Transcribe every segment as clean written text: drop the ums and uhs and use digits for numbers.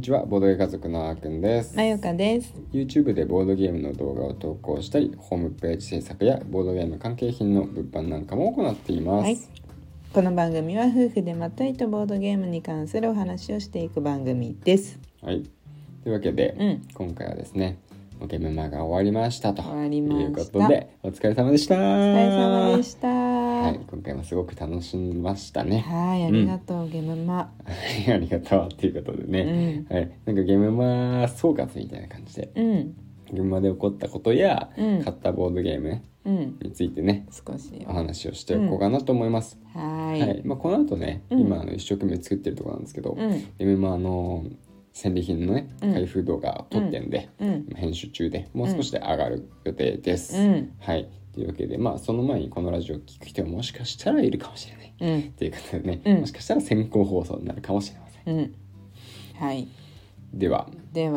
ちは、ボードゲー家族のあーくんです。 まよかです。 YouTube でボードゲームの動画を投稿したり、ホームページ制作やボードゲーム関係品の物販なんかも行っています。 はい、この番組は夫婦でまったりとボードゲームに関するお話をしていく番組です。 はい、というわけで、今回はですね、ゲームマが終わりましたということで、お疲れ様でした。お疲れ様でした。 はい、今回もすごく楽しみましたね。 はい、ありがとう、ゲームマ。 ありがとうっていうことでね、はい、なんかゲームマ総括みたいな感じで、ゲームマで起こったことや、買ったボードゲームについてね、 少しお話をしておこうかなと思います。はい、この後ね、今一生懸命作ってるところなんですけど、ゲームマ戦利品のね開封動画を撮ってんで、編集中でもう少しで上がる予定です。はい、というわけでその前にこのラジオを聞く人はもしかしたらいるかもしれない、ということでね、もしかしたら先行放送になるかもしれません。 はい。 では、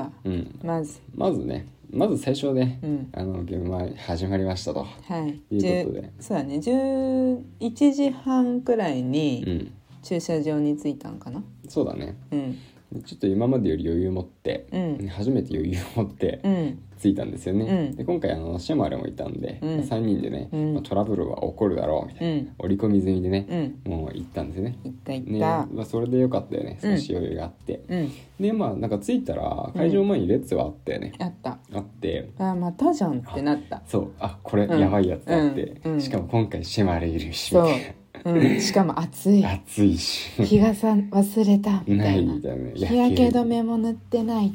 まず最初ね、ゲームが始まりましたと、いうことで、 そうだね、11時半くらいに駐車場に着いたんかな。 そうだね。ちょっと今までより余裕を持って、初めて余裕を持って着いたんですよね。で今回シェマルもいたんで、3人でね、トラブルは起こるだろうみたいな、織り込み済みでね、もう行ったんですよね。 行ったね、それでよかったよね。少し余裕があって、でなんか着いたら会場前に列はあったよね。 あって、 またじゃんってなった。 そう、これやばいやつだって、しかも今回シェマルいるしみたいな。 しかも暑いし日傘忘れたみたいな、日焼け止めも塗ってない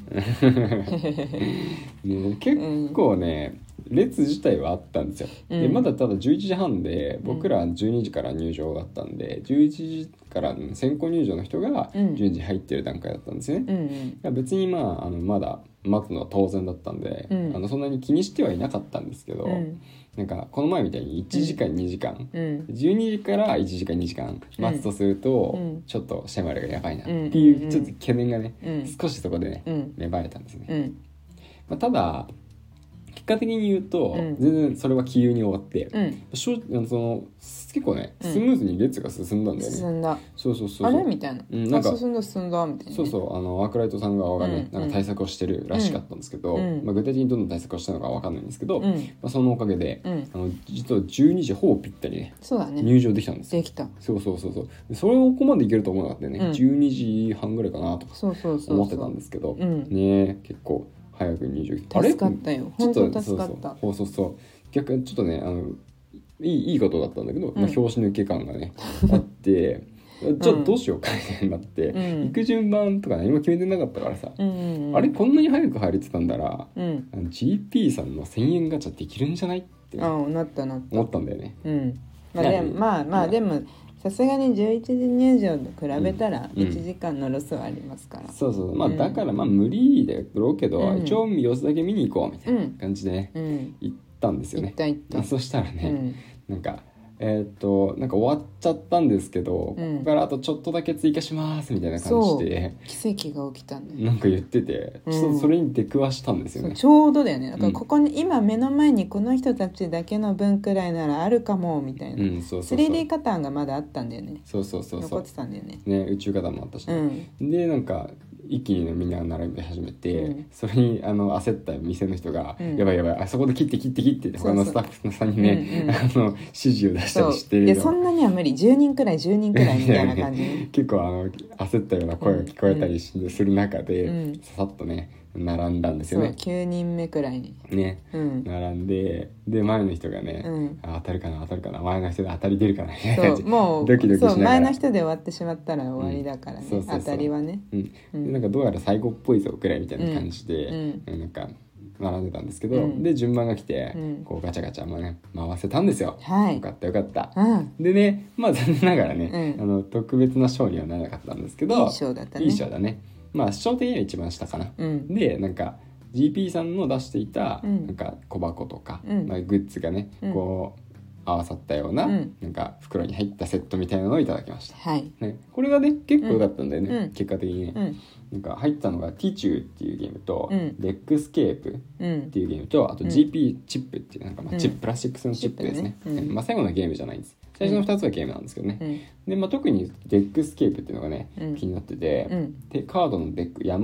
ね、結構ね、列自体はあったんですよ。でまだただ11時半で、僕ら12時から入場だったんで、11時から先行入場の人が12時入ってる段階だったんですよね。別にまだ待つのは当然だったんで、そんなに気にしてはいなかったんですけど、なんかこの前みたいに1時間2時間、12時から1時間2時間待つとすると、ちょっとシェマルがやばいなっていうちょっと懸念がね、少しそこでね、芽生えたんですね。ただ結果的に言うと、全然それは気流に終わって、結構ねスムーズに列が進んだんだよね。 進んだ。 そうあれみたいな。 なんか進んだみたいな。 そうそうアークライトさん側がね、なんか対策をしてるらしかったんですけど、具体的にどんな対策をしたのかわかんないんですけど、そのおかげで、実は12時ほぼぴったりね、入場できたんですよ。 できた。 そうそれをここまでいけると思わなかったよね。12時半ぐらいかなとか思ってたんですけど、ね、結構早く入場して、 助かったよ。本当助かった。 そう逆にちょっとね、いいことだったんだけど、拍子抜け感がねあってじゃあどうしようかってなって、行く順番とか何も決めてなかったからさ、あれこんなに早く入れてたんだら、GP さんの1000円ガチャできるんじゃないってなった思ったんだよね。 でもさすがに11時入場と比べたら1時間のロスはありますから、 そうだから無理だろうけど、一応様子だけ見に行こうみたいな感じでね、行ったんですよね。そしたらね、なんか終わっちゃったんですけど、ここからあとちょっとだけ追加しますみたいな感じで奇跡が起きたんだよ。 なんか言ってて、ちょっとそれに出くわしたんですよね。 ちょうどだよね。だからここに、今目の前にこの人たちだけの分くらいならあるかもみたいな、3D カタンがまだあったんだよね。残ってたんだよね。 宇宙カタンもあったし、でなんか一気にみんな並び始めて、それに焦った店の人が、やばいあそこで切ってって他のスタッフさんにね、指示を出したりしてるの。そんなには無理、10人くらいみたいな感じ結構焦ったような声が聞こえたりする中で、ささっとね並んだんですよね。 9人目くらいにね、並んで、前の人がね、当たるかな前の人で当たり出るかなもうドキドキしながら、 前の人で終わってしまったら終わりだからね、当たりはね、 なんかどうやら最後っぽいぞくらいみたいな感じで、なんか並んでたんですけど、で順番が来て、こうガチャガチャね回せたんですよ。よかった、でね、残念ながらね、特別な賞にはならなかったんですけど、いい賞だったね。いい賞だね。賞的には一番下かな。でなんか GP さんの出していたなんか小箱とか、グッズがね、こう合わさったような、なんか袋に入ったセットみたいなのをいただきました。これがね結構良かったんだよね、結果的にね。なんか入ったのがティチューっていうゲームと、レックスケープっていうゲームと、あと GP チップっていうなんかプラスチックスのチップですね。最後のゲームじゃないんです。最初の2つはゲームなんですけどね、で特にデックスケープっていうのがね、気になってて、でカードのデック山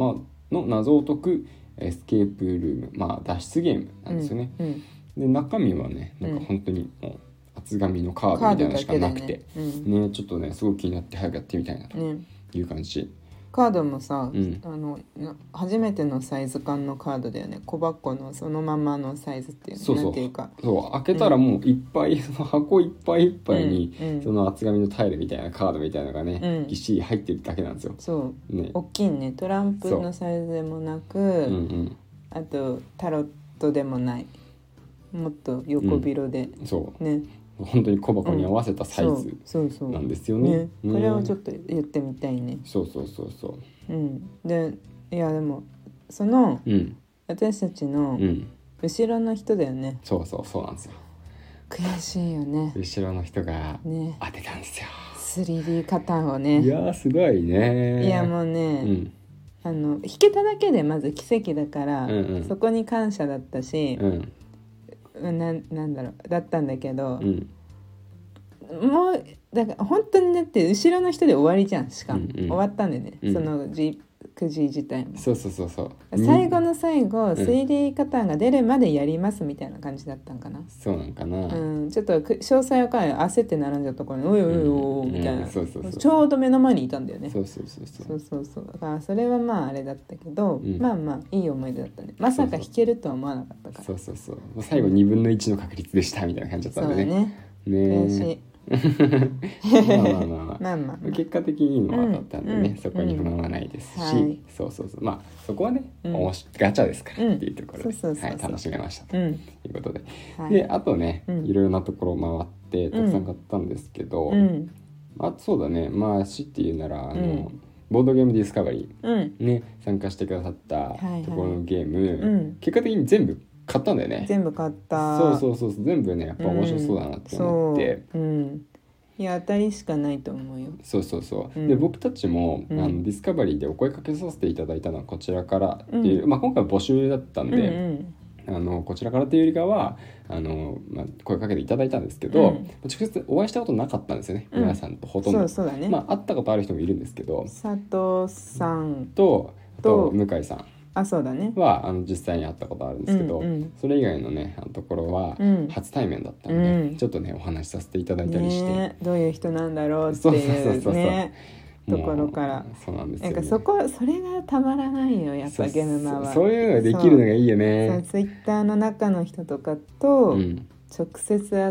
の謎を解くエスケープルーム、脱出ゲームなんですよね、で中身はねなんか本当にもう厚紙のカードみたいなのしかなくて、ねちょっとねすごく気になって早くやってみたいなという感じ、 カードもさ、初めてのサイズ感のカードだよね。小箱のそのままのサイズっていうのなんていうか、 そう開けたらもういっぱい、その箱いっぱいいっぱいに、その厚紙のタイルみたいなカードみたいなのがね、ぎっしり入ってるだけなんですよ。 そう、ね、大きいね。トランプのサイズでもなく、あとタロットでもない、もっと横広で、 そうね、本当に小箱に合わせたサイズなんですよね。 これをちょっと言ってみたいね。 そう、 でいやでもその、私たちの後ろの人だよね。 そうなんですよ。 悔しいよね。 後ろの人が当てたんですよ、 3D カタンをね。 いやすごいね。 いやもうね、弾けただけでまず奇跡だから、そこに感謝だったし、なんだろうだったんだけど、もうだから本当にだって後ろの人で終わりじゃん。しかも、終わったんでね、そのくじ自体も。そう最後の最後、3D カタンが出るまでやりますみたいな感じだったんかな。 そうなんかな、 ちょっと詳細わかんない。焦って並んじゃったところにおいおいおいみたいな、ちょうど目の前にいたんだよね。そうだからそれはまああれだったけど、まあいい思い出だったね。まさか弾けるとは思わなかったから。 そう最後2分の1の確率でしたみたいな感じだったんでね。 悔しい。 まあ結果的にいいのが当たったんでね、そこに不満はないですし、そこはね、ガチャですからっていうところで楽しめましたということで、であとね、いろいろなところ回ってたくさん買ったんですけど、そうだね、強いて言うならボードゲームディスカバリーね、参加してくださったところのゲーム、結果的に全部買ったんだよね。 全部買った。 そう全部ねやっぱ面白そうだなって思って、 いや当たりしかないと思うよ。 で僕たちもディスカバリーでお声かけさせていただいたのはこちらからっていう、今回は募集だったんで、こちらからというよりかは声かけていただいたんですけど、直接お会いしたことなかったんですよね、皆さんとほとんど。そうだね。会ったことある人もいるんですけど、 佐藤さんと向井さんそうだね、 は実際に会ったことあるんですけど、それ以外のねところは初対面だったんで、ちょっとねお話しさせていただいたりして、 どういう人なんだろうっていうねところから。 そうなんですよね。 なんかそれがたまらないよ、やっぱゲームマは。 そういうのができるのがいいよね。 ツイッターの中の人とかと直接会って、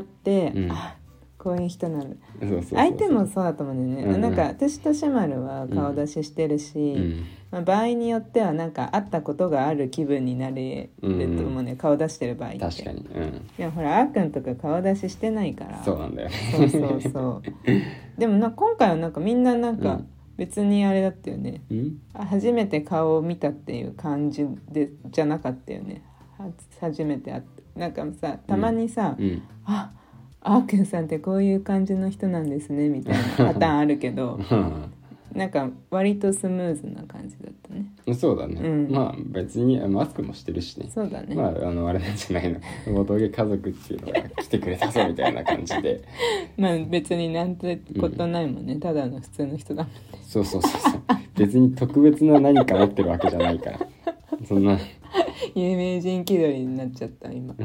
こういう人なの。相手もそうだと思うんだよね。なんか私とシャマルは顔出ししてるし、場合によってはなんか会ったことがある気分になれると思うね、顔出してる場合って。 確かに。いやほらあーくんとか顔出ししてないから。 そうなんだよ。 そうでも今回はなんかみんななんか別にあれだったよね、初めて顔を見たっていう感じでじゃなかったよね。初めて会ってなんかさ、たまにさ、あーくんさんってこういう感じの人なんですねみたいなパターンあるけどなんか割とスムーズな感じだったね。 そうだね、別にマスクもしてるしね。 そうだね。 あれなんじゃないの、ボトゲ家族っていうのが来てくれたぞみたいな感じで別になんてことないもんね、ただの普通の人だもんね。 そう別に特別な何か持ってるわけじゃないからそんな有名人気取りになっちゃった今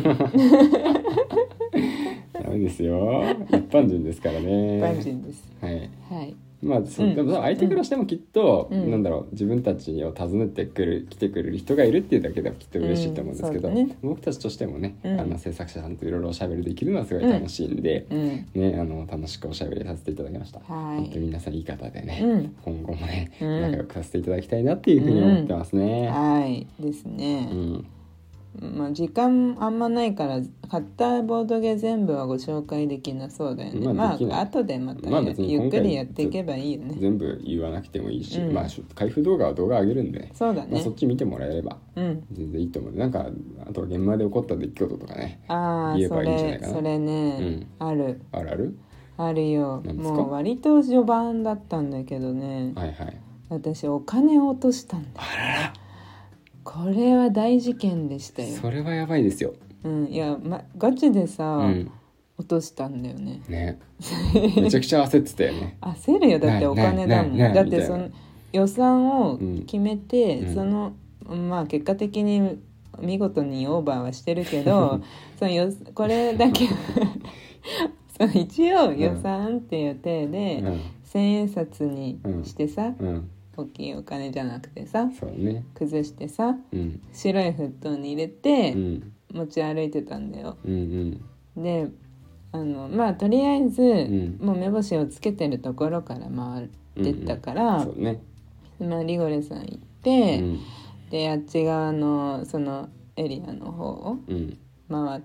ダメですよ、一般人ですからね。 一般人です。 はい。でも相手からしてもきっと、なんだろう、自分たちを訪ねて来てくれる人がいるっていうだけではきっと嬉しいと思うんですけど、僕たちとしてもね、制作者さんといろいろおしゃべりできるのはすごい楽しいんで、楽しくおしゃべりさせていただきました。本当に皆さんいい方でね、今後もね、仲良くさせていただきたいなっていうふうに思ってますね。 はいですね。時間あんまないから買ったボードゲー全部はご紹介できなそうだよね。後でまたゆっくりやっていけばいいよね。 全部言わなくてもいいし、開封動画は動画上げるんで、 そうだね、 そっち見てもらえれば全然いいと思う。なんかあと現場で起こった出来事とかね、言えばいいんじゃないかな。 それね、あるよ。もう割と序盤だったんだけどね、私お金を落としたんだ。これは大事件でしたよ。 それはやばいですよ。 いや、ガチでさ、落としたんだよね。 めちゃくちゃ焦ってたよね。 焦るよ、だってお金だもん。だって予算を決めて、そのまあ結果的に見事にオーバーはしてるけどこれだけ一応予算っていう体で1000円札にしてさ、大きいお金じゃなくてさ、崩してさ、白い封筒に入れて持ち歩いてたんだよ。でまあとりあえず、もう目星をつけてるところから回ってったから、まあ、リゴレさん行って、であっち側のそのエリアの方を回って、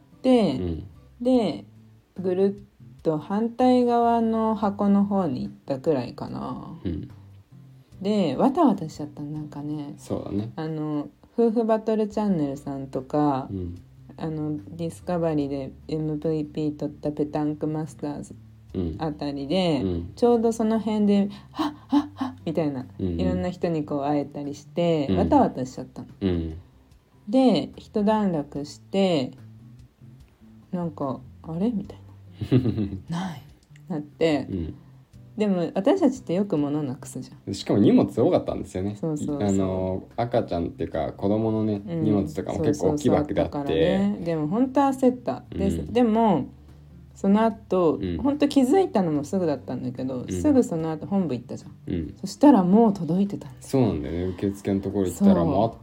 でぐるっと反対側の箱の方に行ったくらいかな。でわたわたしちゃったなんかね。 そうだね。 夫婦バトルチャンネルさんとか、ディスカバリーで MVP 取ったペタンクマスターズあたりで、ちょうどその辺ではっはっはっみたいな、いろんな人にこう会えたりして、わたわたしちゃったの。で一段落してなんかあれみたいなないなって、でも私たちってよく物なくすじゃん。 しかも荷物多かったんですよね。赤ちゃんっていうか子供のね、荷物とかも結構大きいバッグであって、 でも本当焦った、でもその後、本当気づいたのもすぐだったんだけど、すぐその後本部行ったじゃん、そしたらもう届いてたんです。 そうなんだよね。受付のところ行ったらもうあって、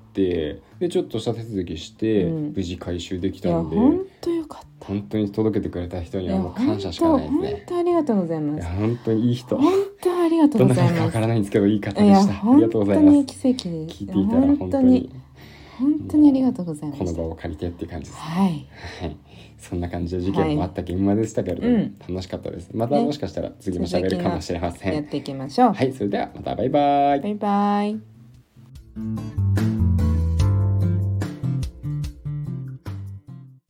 でちょっとした手続きして、無事回収できたんで、 本当よかった。 本当に届けてくれた人にはもう感謝しかないですね。 本当ありがとうございます。 いや本当にいい人。 本当ありがとうございます。 どんな方かわからないんですけどいい方でした。ありがとうございます。 本当に奇跡です。 聞いていたら本当にありがとうございます。 この場を借りてって感じです。 はい。 そんな感じで事件もあった現場でしたけれども、楽しかったです。またもしかしたら次も喋るかもしれません。 やっていきましょう。 はい、それではまたバイバイ。 バイバイ。